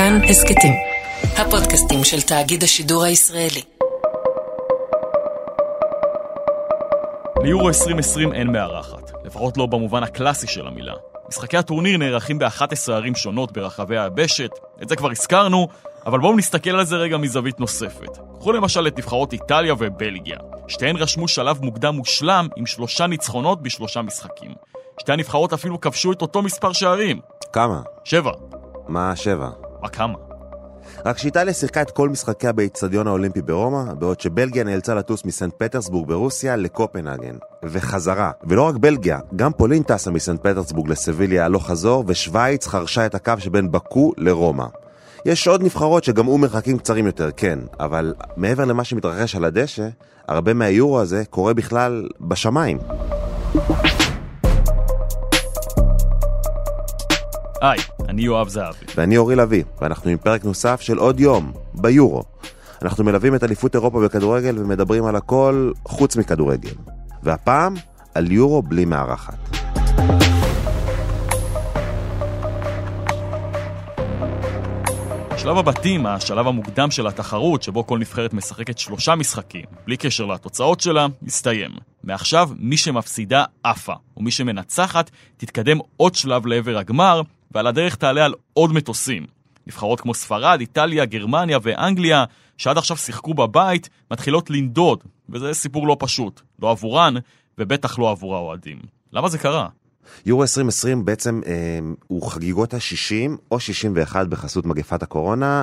כאן הסקטים, הפודקאסטים של תאגיד השידור הישראלי. ליורו 2020 אין מארחת, לפחות לא במובן הקלאסי של המילה. משחקי הטורניר נערכים ב-11 ערים שונות ברחבי היבשת, את זה כבר הזכרנו, אבל בואו נסתכל על זה רגע מזווית נוספת. קחו למשל את נבחרות איטליה ובלגיה. שתיהן רשמו שלב מוקדם מושלם עם 3 ניצחונות ב3 משחקים. שתי הנבחרות אפילו כבשו את אותו מספר שערים. כמה? 7. מה 7? מה כמה? רק שאיטליה שיחקה את כל משחקיה באצטדיון האולימפי ברומא, בעוד שבלגיה נאלצה לטוס מסנט פטרסבורג ברוסיה לקופנהגן, וחזרה. ולא רק בלגיה, גם פולין טסה מסנט פטרסבורג לסביליה הלוך חזור, ושוויץ חרשה את הקו שבין בקו לרומא. יש עוד נבחרות שגמרו מרחקים קצרים יותר, כן, אבל מעבר למה שמתרחש על הדשא, הרבה מהיורו הזה קורה בכלל בשמיים. היי, אני יואב זהבי. ואני אורי לוי, ואנחנו עם פרק נוסף של עוד יום, ביורו. אנחנו מלווים את אליפות אירופה בכדורגל ומדברים על הכל חוץ מכדורגל. והפעם, על יורו בלי מארחת. שלב הבתים, השלב המוקדם של התחרות, שבו כל נבחרת משחקת 3 משחקים, בלי קשר לתוצאות שלה, יסתיים. מעכשיו, מי שמפסידה עפה, ומי שמנצחת תתקדם עוד שלב לעבר הגמר, ועל הדרך תעלה על עוד מטוסים. נבחרות כמו ספרד, איטליה, גרמניה ואנגליה, שעד עכשיו שיחקו בבית, מתחילות לנדוד, וזה סיפור לא פשוט, לא עבורן, ובטח לא עבור האוהדים. למה זה קרה? יורו 2020 בעצם הוא חגיגות ה-60 או 61 בחסות מגפת הקורונה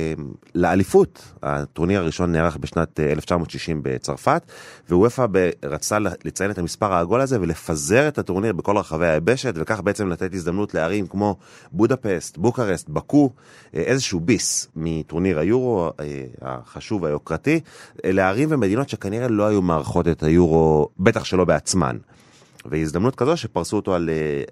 לאליפות. הטורניר הראשון נערך בשנת 1960 בצרפת, ואופה רצה לציין את המספר העגול הזה ולפזר את הטורניר בכל רחבי היבשת, וכך בעצם לתת הזדמנות לערים כמו בודפסט, בוקרשט, בקו, איזשהו ביס מטורניר היורו החשוב והיוקרתי, לערים ומדינות שכנראה לא היו מערכות את היורו, בטח שלא בעצמן. והזדמנות כזו שפרסו אותו על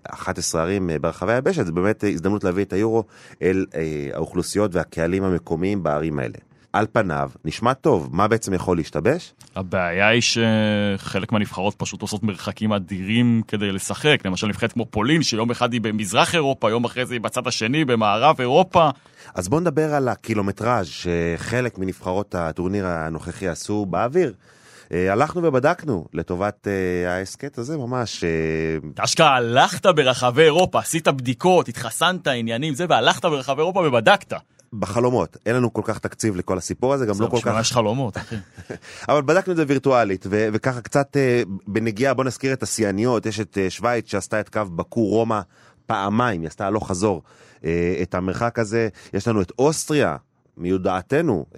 11 ערים ברחבי היבשת, זה באמת הזדמנות להביא את היורו אל האוכלוסיות והקהלים המקומיים בערים האלה. על פניו, נשמע טוב, מה בעצם יכול להשתבש? הבעיה היא שחלק מהנבחרות פשוט עושות מרחקים אדירים כדי לשחק, למשל נבחרת כמו פולין, שיום אחד היא במזרח אירופה, יום אחרי זה היא בצד השני, במערב אירופה. אז בואו נדבר על הקילומטראז' שחלק מנבחרות הטורניר הנוכחי עשו באוויר. הלכנו ובדקנו לטובת העסקת הזה ממש. תשקע, הלכת ברחבי אירופה, עשית בדיקות, התחסנת, עניינים, זה, והלכת ברחבי אירופה ובדקת. בחלומות. אין לנו כל כך תקציב לכל הסיפור הזה, גם לא כל כך... יש חלומות, אחי. אבל בדקנו את זה וירטואלית, וככה קצת בנגיעה, בוא נזכיר את הסייניות, יש את שוויץ שעשתה את קו בקו רומא פעמיים, היא עשתה הלוך חזור את המרחק הזה, יש לנו את אוסטריה, מיודעתנו,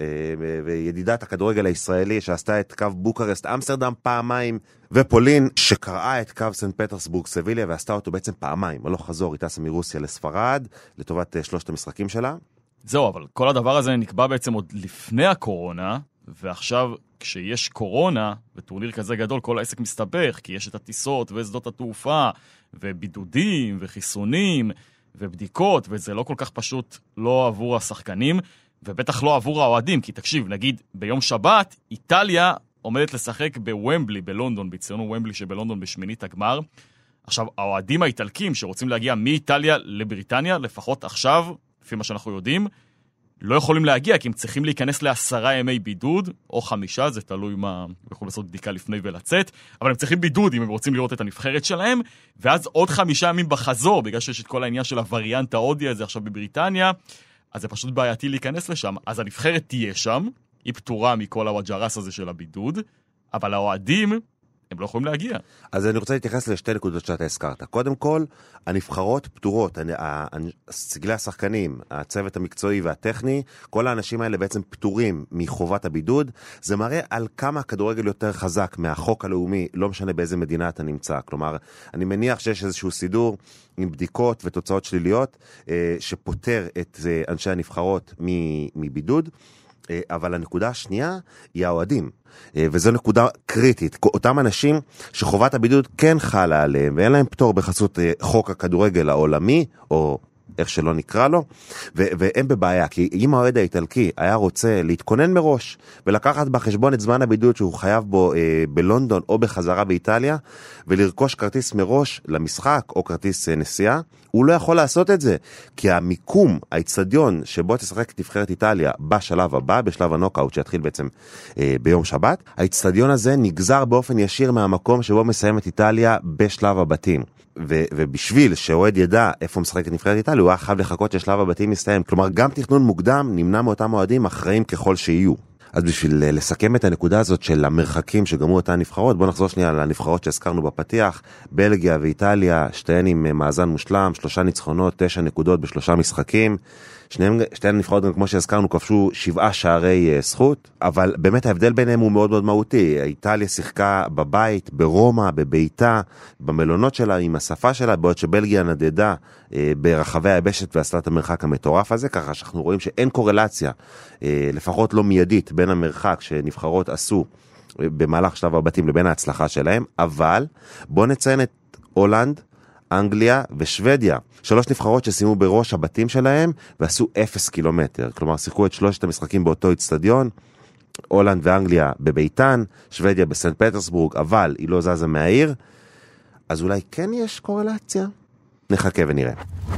וידידת הכדורגל הישראלי שעשתה את קו בוקרשט אמסטרדם פעמיים, ופולין שקראה את קו סנט פטרסבורג סביליה ועשתה אותו בעצם פעמיים, הלוך חזור, היא טסה מרוסיה לספרד לטובת 3 המשחקים שלה. זהו, אבל כל הדבר הזה נקבע בעצם עוד לפני הקורונה, ועכשיו כשיש קורונה וטורניר כזה גדול, כל העסק מסתבך, כי יש את הטיסות ושדות התעופה ובידודים וחיסונים ובדיקות, וזה לא כל כך פשוט לא עבור השחקנים ובטח לא עבור האוהדים, כי תקשיב, נגיד ביום שבת, איטליה עומדת לשחק בוומבלי בלונדון, בציון וומבלי שבלונדון בשמינית הגמר. עכשיו, האוהדים האיטלקים שרוצים להגיע מאיטליה לבריטניה, לפחות עכשיו, לפי מה שאנחנו יודעים, לא יכולים להגיע, כי הם צריכים להיכנס ל10 ימי בידוד, או 5, זה תלוי מה, יכולים לעשות בדיקה לפני ולצאת, אבל הם צריכים בידוד אם הם רוצים לראות את הנבחרת שלהם, ואז עוד 5 ימים בחזור, בגלל שיש את כל העניין של הווריאנט ההודי הזה עכשיו בבריטניה, אז זה פשוט בעייתי להיכנס לשם. אז הנבחרת תהיה שם, היא פטורה מכל הוואג'רס הזה של הבידוד, אבל האוהדים, הם לא יכולים להגיע. אז אני רוצה להתייחס לשתי נקודות שאתה הזכרת. קודם כל, הנבחרות פטורות, סגלי השחקנים, הצוות המקצועי והטכני, כל האנשים האלה בעצם פטורים מחובת הבידוד. זה מראה על כמה הכדורגל יותר חזק מהחוק הלאומי, לא משנה באיזה מדינה אתה נמצא. כלומר, אני מניח שיש איזשהו סידור עם בדיקות ותוצאות שליליות, שפוטר את אנשי הנבחרות מבידוד. אבל הנקודה השנייה היא האוהדים, וזו נקודה קריטית. אותם אנשים שחובת הבידוד כן חלה עליהם, ואין להם פטור בחסות חוק הכדורגל העולמי, או איך שלא נקרא לו, והם בבעיה, כי אם האוהד האיטלקי היה רוצה להתכונן מראש, ולקחת בחשבון את זמן הבידוד שהוא חייב בו בלונדון או בחזרה באיטליה, ולרכוש כרטיס מראש למשחק או כרטיס נסיעה, הוא לא יכול לעשות את זה, כי המיקום, האצטדיון שבו תשחק את נבחרת איטליה בשלב הבא, בשלב הנוקאוט שיתחיל בעצם ביום שבת, האצטדיון הזה נגזר באופן ישיר מהמקום שבו מסיימת איטליה בשלב הבתים. ובשביל שאוהד ידע איפה משחק את נבחרת איטליה, הוא היה חייב לחכות ששלב הבתים מסתיים. כלומר, גם תכנון מוקדם נמנע מאותם אוהדים אחראים ככל שיהיו. אז בשביל לסכם את הנקודה הזאת של המרחקים שגמרו אותן נבחרות, בואו נחזור שנייה לנבחרות שהזכרנו בפתיח. בלגיה ואיטליה, שתיהן עם מאזן מושלם, 3 ניצחונות, 9 נקודות ב3 משחקים. שתי הנבחרות, כמו שהזכרנו, כבשו 7 שערי זכות, אבל באמת ההבדל ביניהם הוא מאוד מאוד מהותי. איטליה שיחקה בבית, ברומא, בביתה, במלונות שלה, עם השפה שלה, בעוד שבלגיה נדדה ברחבי היבשת ועשתה את המרחק המטורף הזה, ככה שאנחנו רואים שאין קורלציה, לפחות לא מיידית, בין המרחק שנבחרות עשו במהלך שלב הבתים לבין ההצלחה שלהם, אבל בואו נציין את הולנד, אנגליה ושוודיה. 3 נבחרות שסיימו בראש הבתים שלהם ועשו 0 קילומטר. כלומר, שיחקו את 3 המשחקים באותו אצטדיון. הולנד ואנגליה בביתן, שוודיה בסנט פטרסבורג, אבל היא לא זזה מהעיר. אז אולי כן יש קורלציה? נחכה ונראה.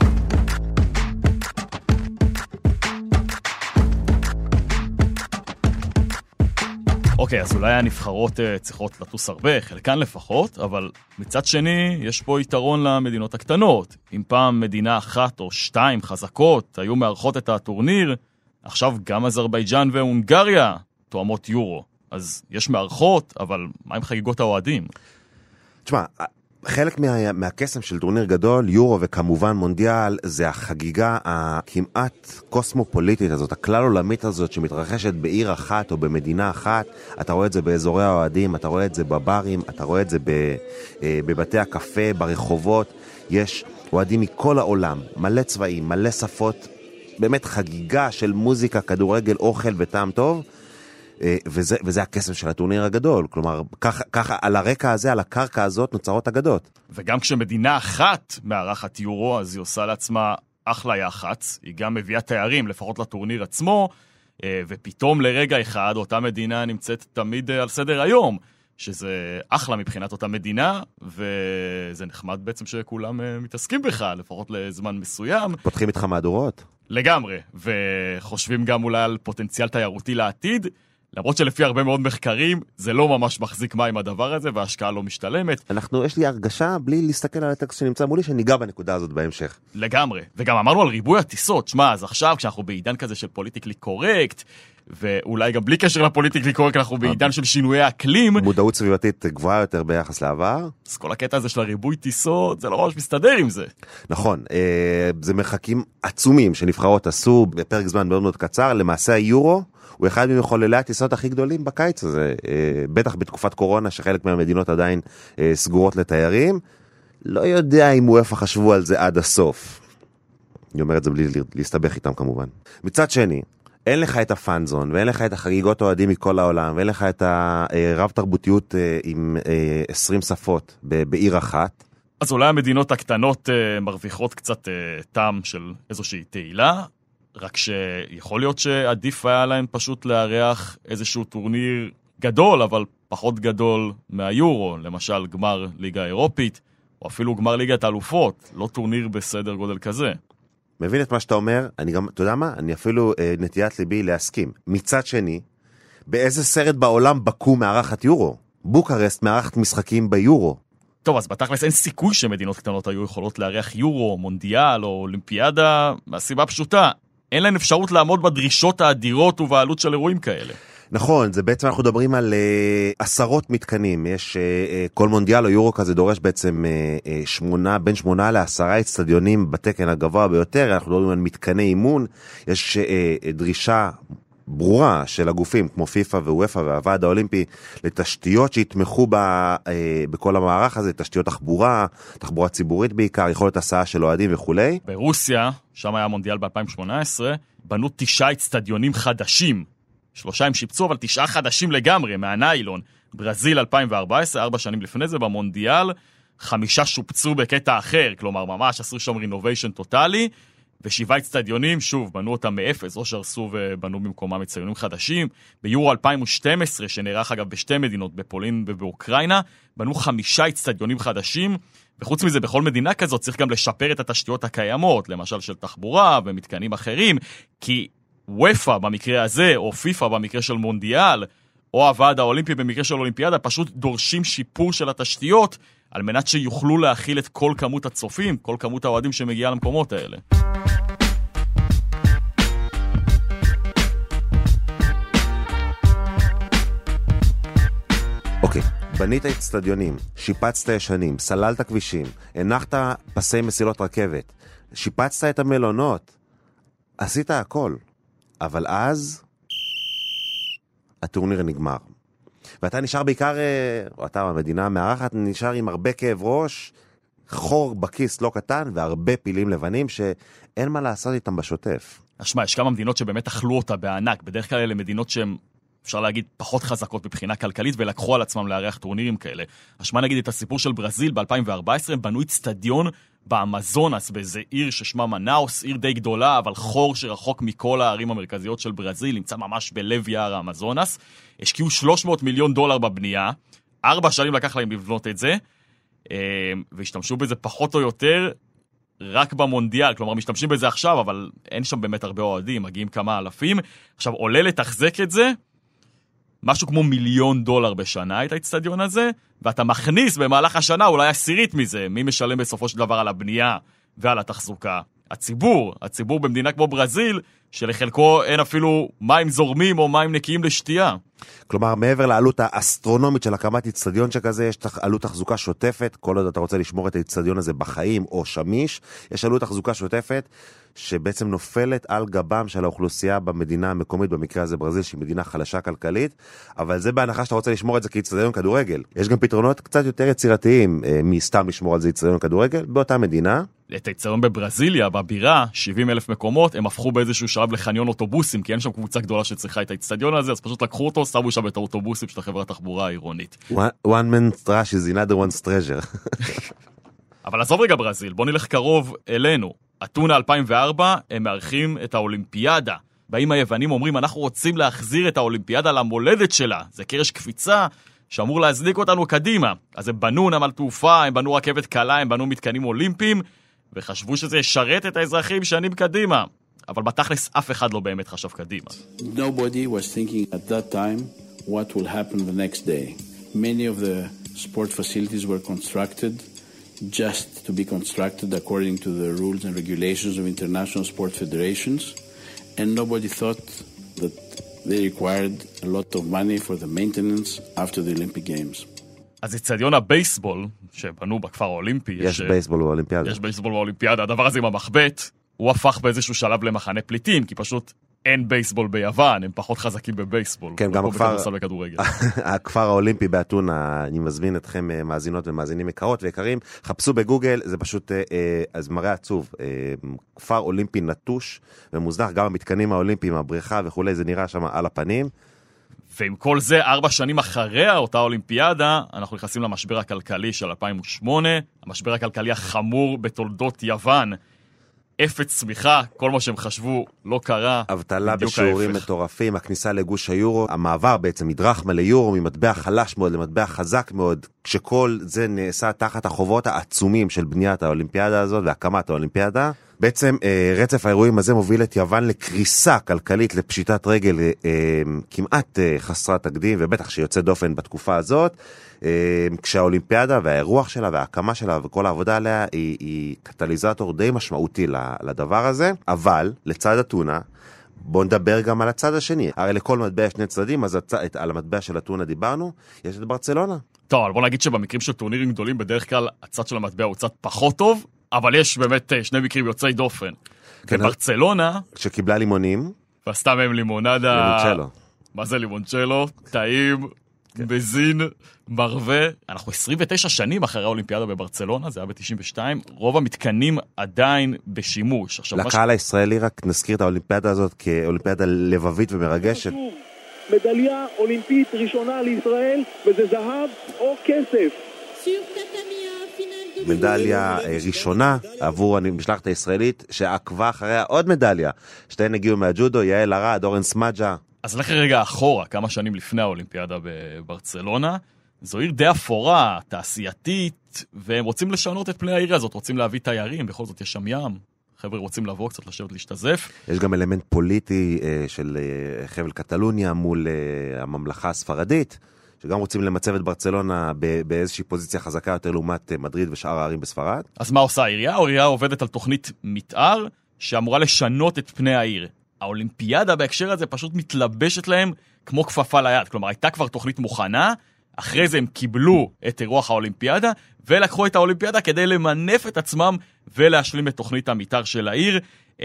אוקיי, אז אולי הנבחרות צריכות לטוס הרבה, חלקן לפחות, אבל מצד שני, יש פה יתרון למדינות הקטנות. אם פעם מדינה 1 או 2 חזקות היו מארחות את הטורניר, עכשיו גם אזרבייג'אן והונגריה תואמות יורו. אז יש מארחות, אבל מה עם חגיגות האוהדים? תשמע, חלק מהקסם של טורניר גדול, יורו וכמובן מונדיאל, זה החגיגה הכמעט קוסמופוליטית הזאת, הכלל עולמית הזאת שמתרחשת בעיר אחת או במדינה אחת. אתה רואה את זה באזורי האוהדים, אתה רואה את זה בברים, אתה רואה את זה בבתי הקפה, ברחובות. יש אוהדים מכל העולם, מלא צבעים, מלא שפות, באמת חגיגה של מוזיקה, כדורגל, אוכל וטעם טוב. וזה הקסם של הטורניר הגדול. כלומר, ככה על הרקע הזה, על הקרקע הזאת, נוצרות אגדות. וגם כשמדינה אחת מארחת יורו, אז היא עושה לעצמה אחלה יח"צ, היא גם מביאה תיירים, לפחות לטורניר עצמו, ופתאום לרגע אחד אותה מדינה נמצאת תמיד על סדר היום, שזה אחלה מבחינת אותה מדינה, וזה נחמד בעצם שכולם מתעסקים בך, לפחות לזמן מסוים. פותחים איתך מהדורות? לגמרי, וחושבים גם אולי על פוטנציאל תיירותי לעתיד, למרות שלפי הרבה מאוד מחקרים, זה לא ממש מחזיק מים הדבר הזה, וההשקעה לא משתלמת. יש לי הרגשה, בלי להסתכל על הטקסט שנמצא מולי, שניגע בנקודה הזאת בהמשך. לגמרי. וגם אמרנו על ריבוי הטיסות. שמה, אז עכשיו, כשאנחנו בעידן כזה של פוליטיקלי קורקט, ואולי גם בלי קשר לפוליטיקלי קורקט, אנחנו בעידן של שינויי אקלים. מודעות סביבתית גבוהה יותר ביחס לעבר. אז כל הקטע הזה של הריבוי טיסות, זה לא ממש מסתדר עם זה. נכון. זה מרחקים עצומים שנבחרות עשו בפרק זמן מאוד מאוד קצר. למעשה היורו הוא אחד ממחוללי הטיסות הכי גדולים בקיץ הזה, בטח בתקופת קורונה שחלק מהמדינות עדיין סגורות לתיירים. לא יודע אם UEFA חשבו על זה עד הסוף. אני אומר את זה בלי להסתבך איתם כמובן. מצד שני, אין לך את הפאנזון, ואין לך את החגיגות אוהדים מכל העולם, ואין לך את הרב תרבותיות עם 20 שפות בעיר אחת. אז אולי המדינות הקטנות מרוויחות קצת טעם של איזושהי תהילה, רק שיכול להיות שעדיף היה להם פשוט לארח איזשהו טורניר גדול, אבל פחות גדול מהיורו, למשל גמר ליגה אירופית, או אפילו גמר ליגת האלופות, לא טורניר בסדר גודל כזה. מבין את מה שאתה אומר, אני גם, אתה יודע מה? אני אפילו נטיית ליבי להסכים. מצד שני, באיזה סרט בעולם בקו מארחת יורו? בוקרסט מארחת משחקים ביורו. טוב, אז בתכלס אין סיכוי שמדינות קטנות היו יכולות לארח יורו, מונדיאל או אולימפיאדה, מהסיבה פשוטה. אין להן אפשרות לעמוד בדרישות האדירות ובעלות של אירועים כאלה. נכון, זה בעצם אנחנו מדברים על עשרות מתקנים. יש כל מונדיאל או יורו כזה דורש בעצם בין 8 ל10 אצטדיונים בתקן הגבוה ביותר. אנחנו מדברים על מתקני אימון. יש דרישה ברורה של הגופים כמו פיפה ווופא והוועד האולימפי לתשתיות שיתמכו בכל המערך הזה, תשתיות תחבורה ציבורית בעיקר, יכולת הסעה של אוהדים וכו'. ברוסיה, שם היה מונדיאל ב-2018, בנו 9 אצטדיונים חדשים. 3 הם שיפצו, אבל 9 חדשים לגמרי, מהניילון. ברזיל 2014, 4 שנים לפני זה, במונדיאל, 5 שופצו בקטע אחר, כלומר ממש עשו שם רינוביישן טוטלי, ו7 אצטדיונים, שוב, בנו אותם מאפס, או שהרסו ובנו במקומם אצטדיונים חדשים. ביורו 2012, שנערך אגב בשתי מדינות, בפולין ובאוקראינה, בנו 5 אצטדיונים חדשים, וחוץ מזה, בכל מדינה כזאת צריך גם לשפר את התשתיות הקיימות, למשל של תחבורה ומתקנים אחרים, כי וויפה במקרה הזה, או פיפה במקרה של מונדיאל, או הוועד האולימפי במקרה של אולימפיאדה, פשוט דורשים שיפור של התשתיות, על מנת שיוכלו להכיל את כל כמות הצופים, כל כמות האוהדים שמגיעה למקומות האלה. אוקיי, בנית אצטדיונים, שיפצת ישנים, סללת כבישים, הנחת פסי מסילות רכבת, שיפצת את המלונות, עשית הכל. אבל אז הטורניר נגמר. ואתה נשאר בעיקר, או אתה המדינה המארחת, נשאר עם הרבה כאב ראש, חור בכיס לא קטן, והרבה פילים לבנים שאין מה לעשות איתם בשוטף. אשמע, יש כמה מדינות שבאמת אכלו אותה בענק, בדרך כלל אלה מדינות שהן, אפשר להגיד, פחות חזקות מבחינה כלכלית, ולקחו על עצמם לארח טורנירים כאלה. אשמע נגיד את הסיפור של ברזיל ב-2014, הם בנו אצטדיון באמזונס, באיזה עיר ששמה מנאוס, עיר די גדולה, אבל חור שרחוק מכל הערים המרכזיות של ברזיל, נמצא ממש בלב יער האמזונס. השקיעו $300 מיליון בבנייה, 4 שנים לקח להם לבנות את זה, והשתמשו בזה פחות או יותר רק במונדיאל, כלומר משתמשים בזה עכשיו, אבל אין שם באמת הרבה אוהדים, מגיעים כמה אלפים. עכשיו עולה לתחזק את זה, משהו כמו $1 מיליון בשנה את האצטדיון הזה, ואתה מכניס במהלך השנה אולי 10 מזה, מי משלם בסופו של דבר על הבנייה ועל התחזוקה? הציבור במדינה כמו ברזיל, שלחלקו אין אפילו מים זורמים או מים נקיים לשתייה. כלומר, מעבר לעלות האסטרונומית של הקמת אצטדיון שכזה, יש עלות תחזוקה שוטפת, כל עוד אתה רוצה לשמור את האצטדיון הזה בחיים או שמיש, יש עלות תחזוקה שוטפת, שבעצם נופלת על גבם של האוכלוסייה במדינה המקומית, במקרה הזה ברזיל, שהיא מדינה חלשה כלכלית, אבל זה בהנחה שאתה רוצה לשמור את זה כאצטדיון כדורגל. יש גם פתרונות קצת יותר יצירתיים, מסתם לשמור על זה אצטדיון כדורגל, באותה מדינה. את האצטדיון בברזיליה, בבירה, 70,000 מקומות, הם הפכו באיזשהו שלב לחניון אוטובוסים, כי אין שם קבוצה גדולה שצריכה את האצטדיון הזה, אז פשוט לקחו אותו, שמו שם את האוטובוסים של החברת התחבורה העירונית. One man's trash is another one's treasure. אבל עזוב רגע ברזיל, בוא נלך קרוב אלינו. אתונה 2004, הם מארחים את האולימפיאדה. באים היוונים אומרים, אנחנו רוצים להחזיר את האולימפיאדה למולדת שלה. זה קרש קפיצה שאמור להזניק אותנו קדימה. אז הם בנו נמל תעופה, הם בנו רכבת קלה, הם בנו מתקנים אולימפיים, וחשבו שזה ישרת את האזרחים שנים קדימה. אבל בתכלס אף אחד לא באמת חשב קדימה. Nobody was thinking at that time what will happen the next day. Many of the sport facilities were constructed just to be constructed according to the rules and regulations of international sport federations, and nobody thought that they required a lot of money for the maintenance after the Olympic Games. אז אצטדיון הבייסבול שבנו בכפר האולימפי, יש בייסבול באולימפיאדה. יש בייסבול באולימפיאדה, הדבר הזה עם המחבט, הוא הפך באיזשהו שלב למחנה פליטים, כי פשוט אין בייסבול ביוון, הם פחות חזקים בבייסבול. כן, גם הכפר האולימפי באתונה, אני מזמין אתכם מאזינות ומאזינים יקרות ויקרים, חפשו בגוגל, זה פשוט אז מראה עצוב, כפר אולימפי נטוש ומוזנח, גם המתקנים האולימפיים, הבריכה וכולי, זה נראה שם על הפנים. ועם כל זה, 4 שנים אחריה, אותה אולימפיאדה, אנחנו נכנסים למשבר הכלכלי של 2008, המשבר הכלכלי החמור בתולדות יוון, אפס צמיחה, כל מה שהם חשבו לא קרה. אבטלה בשיעורים מטורפים, הכניסה לגוש היורו, המעבר בעצם מדרחמה ליורו, ממטבע חלש מאוד למטבע חזק מאוד, כשכל זה נעשה תחת החובות העצומים של בניית האולימפיאדה הזאת והקמת האולימפיאדה. בעצם רצף האירועים הזה מוביל את יוון לקריסה כלכלית, לפשיטת רגל כמעט חסרת תקדים, ובטח שיוצא דופן בתקופה הזאת, כשהאולימפיאדה והאירוח שלה וההקמה שלה וכל העבודה עליה היא קטליזטור די משמעותי לדבר הזה. אבל לצד אתונה, בוא נדבר גם על הצד השני. הרי לכל מטבע יש 2 צדדים, אז על המטבע של אתונה דיברנו, יש את ברצלונה. טוב, אבל בוא נגיד שבמקרים של טורנירים גדולים, בדרך כלל הצד של המטבע הוא קצת פחות טוב, אבל יש באמת 2 מקרים יוצאי דופן. בברצלונה, שקיבלה לימונים, ועשתה מהם לימונדה, לימונצ'לו. מה זה לימונצ'לו? טעים, בזין, מרווה. אנחנו 29 שנים אחרי האולימפיאדה בברצלונה, זה היה ב-92, רוב המתקנים עדיין בשימוש. לקהל הישראלי רק נזכיר את האולימפיאדה הזאת כאולימפיאדה לבבית ומרגשת. מדליה אולימפית ראשונה לישראל, וזה זהב או כסף. Sur tatami, finale מדליה ראשונה עבור המשלחת הישראלית, שעקבה אחריה עוד מדליה. שתיהן הגיעו מהג'ודו, יעל ארד, אורן סמאג'ה. אז לך רגע אחורה, כמה שנים לפני האולימפיאדה בברצלונה, זו עיר די אפורה, תעשייתית, והם רוצים לשנות את פני העיר הזאת, רוצים להביא תיירים, בכל זאת יש שם ים. חבר'ה רוצים לבוא קצת לשבת להשתזף. יש גם אלמנט פוליטי של חבל קטלוניה מול הממלכה הספרדית, שגם רוצים למצב את ברצלונה באיזושהי פוזיציה חזקה יותר לעומת מדריד ושאר הערים בספרד. אז מה עושה העירייה? העירייה עובדת על תוכנית מתאר שאמורה לשנות את פני העיר. האולימפיאדה בהקשר הזה פשוט מתלבשת להם כמו כפפה ליד. כלומר, הייתה כבר תוכנית מוכנה, אחרי זה הם קיבלו את אירוח האולימפיאדה, ולקחו את האולימפיאדה כדי למנף את עצמם ולהשלים את תוכנית המתאר של העיר.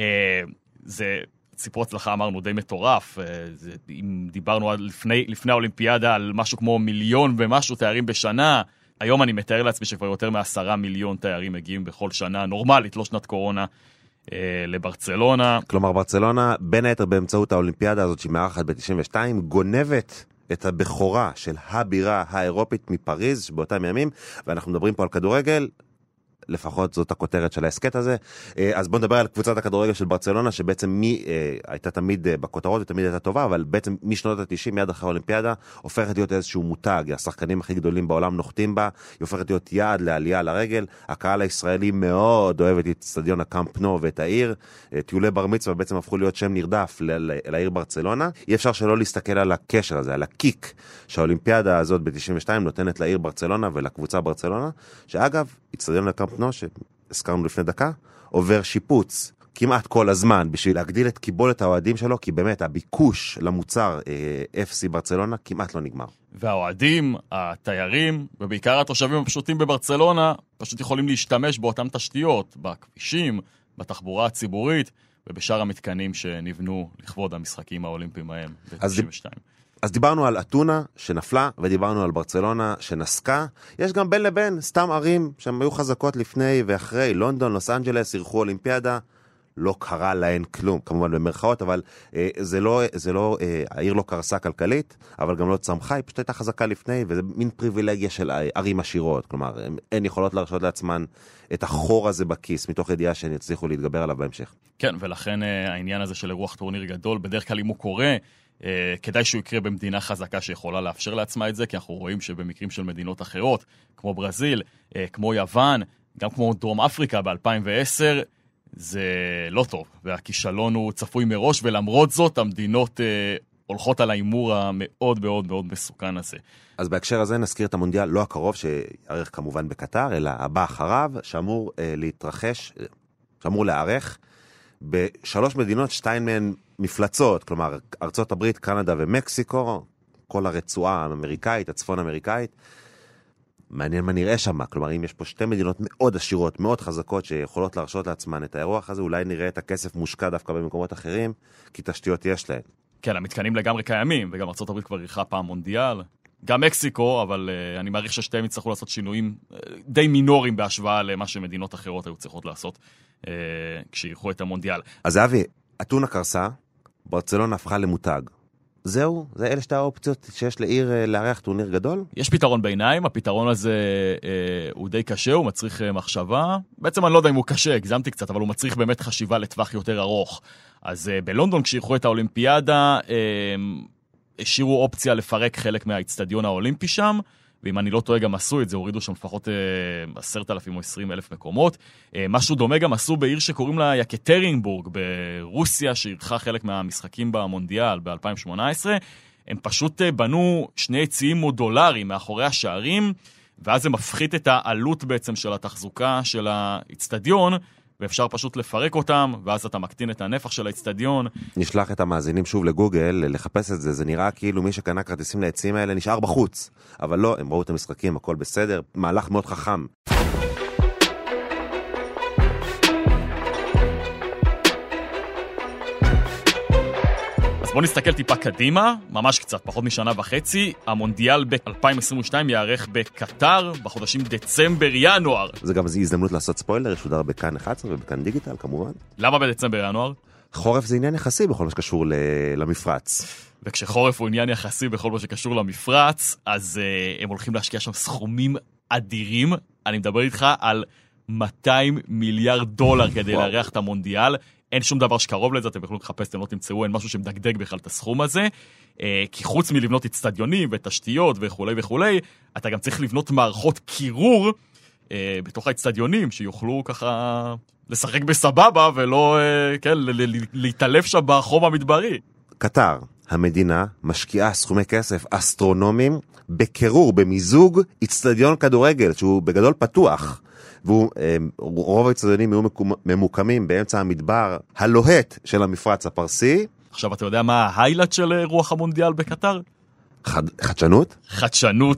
זה סיפור הצלחה, אמרנו, די מטורף. אם דיברנו לפני האולימפיאדה על משהו כמו 1,000,000 ומשהו תיירים בשנה, היום אני מתאר לעצמי שכבר יותר מ10 מיליון תיירים מגיעים בכל שנה, נורמלית, לא שנת קורונה, לברצלונה. כלומר, ברצלונה, בין היתר באמצעות האולימפיאדה הזאת שהיא מארחת ב-92, גונבת את הבכורה של הבירה האירופית מפריז באותם ימים, ואנחנו מדברים פה על כדורגל, לפחות זאת הכותרת של העסקת הזה. אז בואו נדבר על קבוצת הכדורגל של ברצלונה, שבעצם הייתה תמיד בכותרות ותמיד הייתה טובה, אבל בעצם משנות ה-90, מיד אחרי האולימפיאדה, הופכת להיות איזשהו מותג. השחקנים הכי גדולים בעולם נוחתים בה, היא הופכת להיות יעד לעלייה לרגל. הקהל הישראלי מאוד אוהב את סטדיון הקאמפ נו ואת העיר. טיולי בר מצווה בעצם הפכו להיות שם נרדף לעיר ברצלונה. אי אפשר שלא להסתכל על הקשר הזה, על הקיק שהאולימפיאדה הזאת ב-92 נותנת לעיר ברצלונה ולקבוצה ברצלונה, שאגב, סטדיון הקאמפ נו, שהזכרנו לפני דקה, עובר שיפוץ כמעט כל הזמן בשביל להגדיל את קיבולת האוהדים שלו, כי באמת הביקוש למוצר FC ברצלונה כמעט לא נגמר. והאוהדים, התיירים, ובעיקר התושבים הפשוטים בברצלונה, פשוט יכולים להשתמש באותם תשתיות, בכבישים, בתחבורה הציבורית, ובשאר המתקנים שנבנו לכבוד המשחקים האולימפיים ההם ב-92. אז דיברנו על אתונה שנפלה, ודיברנו על ברצלונה שנסקה. יש גם בין לבין סתם ערים שהן היו חזקות לפני ואחרי. לונדון, לוס אנג'לס, אירחו אולימפיאדה, לא קרה להן כלום, כמובן במרכאות, אבל העיר לא קרסה כלכלית, אבל גם לא צמחה, היא פשוט הייתה חזקה לפני, וזה מין פריבילגיה של ערים עשירות. כלומר, הן יכולות להרשות לעצמן את החור הזה בכיס, מתוך ידיעה שהן יצליחו להתגבר עליו בהמשך. כן, ולכן העניין הזה של אירוח טורניר גדול, בדרך כלל אם הוא קורה, כדאי שהוא יקרה במדינה חזקה שיכולה לאפשר לעצמה את זה, כי אנחנו רואים שבמקרים של מדינות אחרות, כמו ברזיל, כמו יוון, גם כמו דרום אפריקה ב-2010, זה לא טוב, והכישלון הוא צפוי מראש, ולמרות זאת המדינות הולכות על האימור המאוד מאוד מאוד מסוכן הזה. אז בהקשר הזה נזכיר את המונדיאל, לא הקרוב שיערך כמובן בקטר, אלא הבא אחריו, שאמור להיערך בשלוש מדינות, 2 מהן מפלצות, כלומר ארצות הברית, קנדה ומקסיקו, כל הרצועה האמריקאית, הצפון אמריקאית. מעניין מה נראה שם, כלומר אם יש פה 2 מדינות מאוד עשירות, מאוד חזקות שיכולות להרשות לעצמן את האירוח הזה, אולי נראה את הכסף מושקע דווקא במקומות אחרים, כי תשתיות יש להן. כן, המתקנים לגמרי קיימים, וגם ארצות הברית כבר אירחה פעם מונדיאל, גם מקסיקו, אבל אני מעריך ששתיהם יצטרכו לעשות שינויים די מינוריים בהשוואה למה שמדינות אחרות היו צריכות לעשות כשאירחו את המונדיאל. אז אבי, אתונה קרסה, ברצלונה הפכה למותג. זהו? זה אלה 2 האופציות שיש לעיר לארח טורניר גדול? יש פתרון ביניים, הפתרון הזה הוא די קשה, הוא מצריך מחשבה. בעצם אני לא יודע אם הוא קשה, הגזמתי קצת, אבל הוא מצריך באמת חשיבה לטווח יותר ארוך. אז בלונדון כשאירחו את האולימפיאדה, השאירו אופציה לפרק חלק מהאצטדיון האולימפי שם, ואם אני לא טועה גם עשו את זה, הורידו שם לפחות 10,000 או 20,000 מקומות. משהו דומה גם עשו בעיר שקוראים לה יקטרינבורג ברוסיה, שאירחה חלק מהמשחקים במונדיאל ב-2018. הם פשוט בנו 2 יציאים מודולריים מאחורי השערים, ואז זה מפחית את העלות בעצם של התחזוקה של האצטדיון, ואפשר פשוט לפרק אותם, ואז אתה מקטין את הנפח של האצטדיון. נשלח את המאזינים שוב לגוגל לחפש את זה, זה נראה כאילו מי שקנה כרטיסים ליציאים האלה נשאר בחוץ, אבל לא, הם ראו את המשחקים, הכל בסדר, מהלך מאוד חכם. בואו נסתכל טיפה קדימה, ממש קצת, פחות משנה וחצי. המונדיאל ב-2022 יערך בקטר בחודשים דצמבר-ינואר. זה גם הזדמנות לעשות ספוילר, ישודר בכאן 11 ובכאן דיגיטל כמובן. למה בדצמבר-ינואר? חורף זה עניין יחסי בכל מה שקשור למפרץ. וכשחורף הוא עניין יחסי בכל מה שקשור למפרץ, אז הם הולכים להשקיע שם סכומים אדירים אני מדבר איתך על 200 מיליארד דולר כדי לארח את המונדיאל. אין שום דבר שקרוב לזה, אתם יכולים לחפש, אתם לא תמצאו, אין משהו שמדגדג בכלל את הסכום הזה. כי חוץ מלבנות אצטדיונים ותשתיות וכו' וכו', אתה גם צריך לבנות מערכות קירור בתוך האצטדיונים, שיוכלו ככה לשחק בסבבה ולא להתעלף שם בחום המדברי. קטר, המדינה, משקיעה סכומי כסף אסטרונומיים בקירור, במיזוג אצטדיון כדורגל, שהוא בגדול פתוח. ורוב האצטדיונים יהיו ממוקמים באמצע המדבר הלוהט של המפרץ הפרסי. עכשיו אתה יודע מה ההיילייט של רוח המונדיאל בקטר? חדשנות? חדשנות.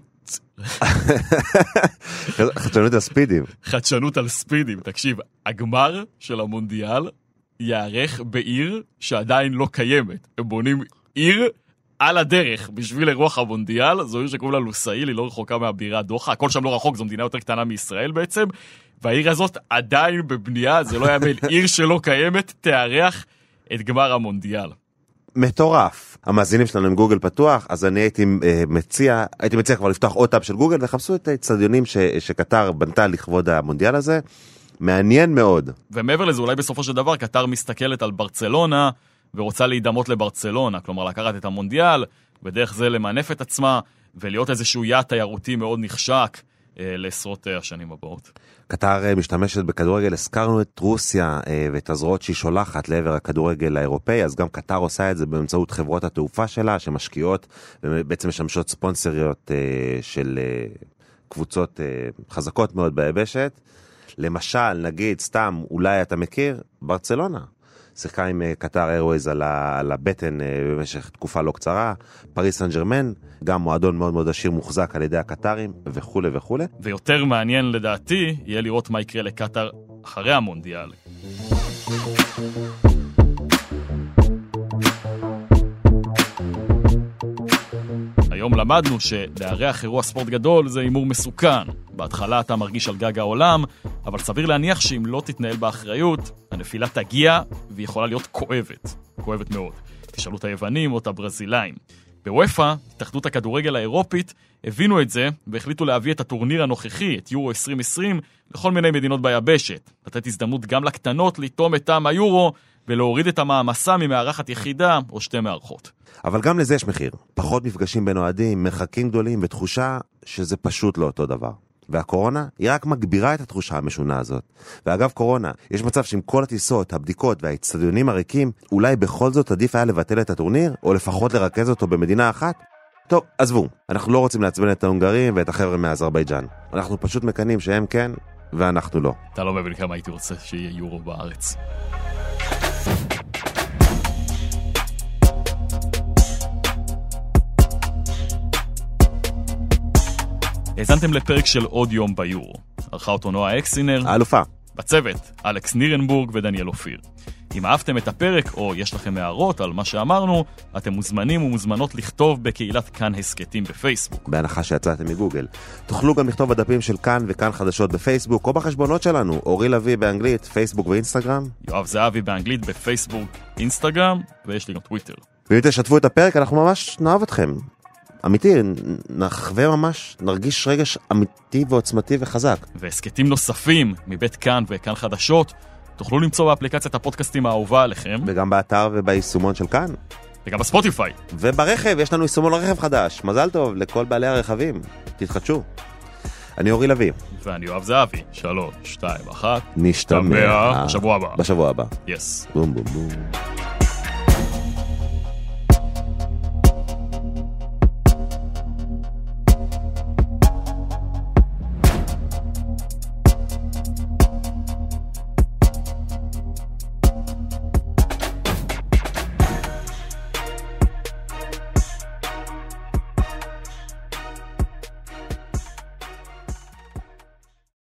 חדשנות על ספידים. חדשנות על ספידים. תקשיב, הגמר של המונדיאל יערך בעיר שעדיין לא קיימת. הם בונים עיר על הדרך בשביל אירוח המונדיאל. זו עיר שקוראים לה לוסאיל, היא לא רחוקה מהבירה דוחה. הכל שם לא רחוק, זו מדינה יותר קטנה מישראל בעצם. והעיר הזאת עדיין בבנייה, זה לא יאמן. עיר שלא קיימת תארח את גמר המונדיאל. מטורף. המאזינים שלנו עם גוגל פתוח, אז אני הייתי מציע כבר לפתוח עוד טאב של גוגל, וחפשו את האצטדיונים שקטר בנתה לכבוד המונדיאל הזה. מעניין מאוד. ומעבר לזה, אולי בסופו של דבר, קטר מסתכלת על ברצלונה, ורוצה להידמות לברצלונה, כלומר לקחת את המונדיאל, ודרך זה למנף את עצמה, ולהיות איזשהו יעד תיירותי מאוד נחשק לעשרות השנים הבאות. קטר משתמשת בכדורגל, הזכרנו את רוסיה ואת הזרועות שהיא שולחת לעבר הכדורגל האירופאי, אז גם קטר עושה את זה באמצעות חברות התעופה שלה, שמשקיעות ובעצם משמשות ספונסריות של קבוצות חזקות מאוד ביבשת. למשל, נגיד, סתם, אולי אתה מכיר, ברצלונה. שיחקה עם קטר איירווייז על הבטן במשך תקופה לא קצרה, פריס סן ז'רמן, גם מועדון מאוד מאוד עשיר מוחזק על ידי הקטרים וכו' וכו'. ויותר מעניין לדעתי יהיה לראות מה יקרה לקטר אחרי המונדיאל. היום למדנו שלארח אירוע ספורט גדול זה אימור מסוכן. בהתחלה אתה מרגיש על גג העולם, אבל סביר להניח שאם לא תתנהל באחריות, הנפילה תגיע והיא יכולה להיות כואבת. כואבת מאוד. תשאלו את היוונים או את הברזילאים. בוופא, התאחדות הכדורגל האירופית, הבינו את זה והחליטו להביא את הטורניר הנוכחי, את יורו 2020, לכל מיני מדינות ביבשת. לתת הזדמנות גם לקטנות לטום את טעם היורו ולהוריד את המעמסה ממארחת יחידה או שתי מארחות. אבל גם לזה יש מחיר. פחות מפגשים בין אוהדים, מרחקים גדולים ותחושה שזה פשוט לא אותו דבר. והקורונה היא רק מגבירה את התחושה המשונה הזאת. ואגב קורונה, יש מצב שעם כל הטיסות, הבדיקות והאצטדיונים הריקים, אולי בכל זאת עדיף היה לבטל את הטורניר, או לפחות לרכז אותו במדינה אחת? טוב, עזבו. אנחנו לא רוצים לעצבן את ההונגרים ואת החבר'ה מאזרבייג'אן. אנחנו פשוט מקנים שהם כן, ואנחנו לא. אתה לא מבין כמה הייתי רוצה שיהיה יורו בארץ. האזנתם לפרק של עוד יום ביורו. ערכה אותו נועה אקסינר. האלופה. בצוות, אלכס נירנבורג ודניאל אופיר. אם אהבתם את הפרק או יש לכם הערות על מה שאמרנו, אתם מוזמנים ומוזמנות לכתוב בקהילת כאן הסקטים בפייסבוק. בהנחה שיצאתם מגוגל. תוכלו גם לכתוב בדפים של כאן וכאן חדשות בפייסבוק או בחשבונות שלנו. אורי לוי באנגלית, פייסבוק ואינסטגרם. יואב זהבי באנגלית בפייסבוק, אינסטגרם, ויש לי גם טוויטר. ואם תשתפו את הפרק, אנחנו ממש נאהב אתכם. אמיתי, נחווה ממש, נרגיש רגש אמיתי ועוצמתי וחזק. והסקטים נוספים מבית כאן וכאן חדשות, תוכלו למצוא באפליקציית הפודקאסטים האהובה עליכם. וגם באתר וביישומון של כאן. וגם בספוטיפיי. וברכב, יש לנו יישומון לרכב חדש. מזל טוב לכל בעלי הרכבים. תתחדשו. אני אורי לוי. ואני יואב זהבי. 3, 2, 1. נשתמע. בשבוע הבא. בשבוע הבא. יס. בום בום בום.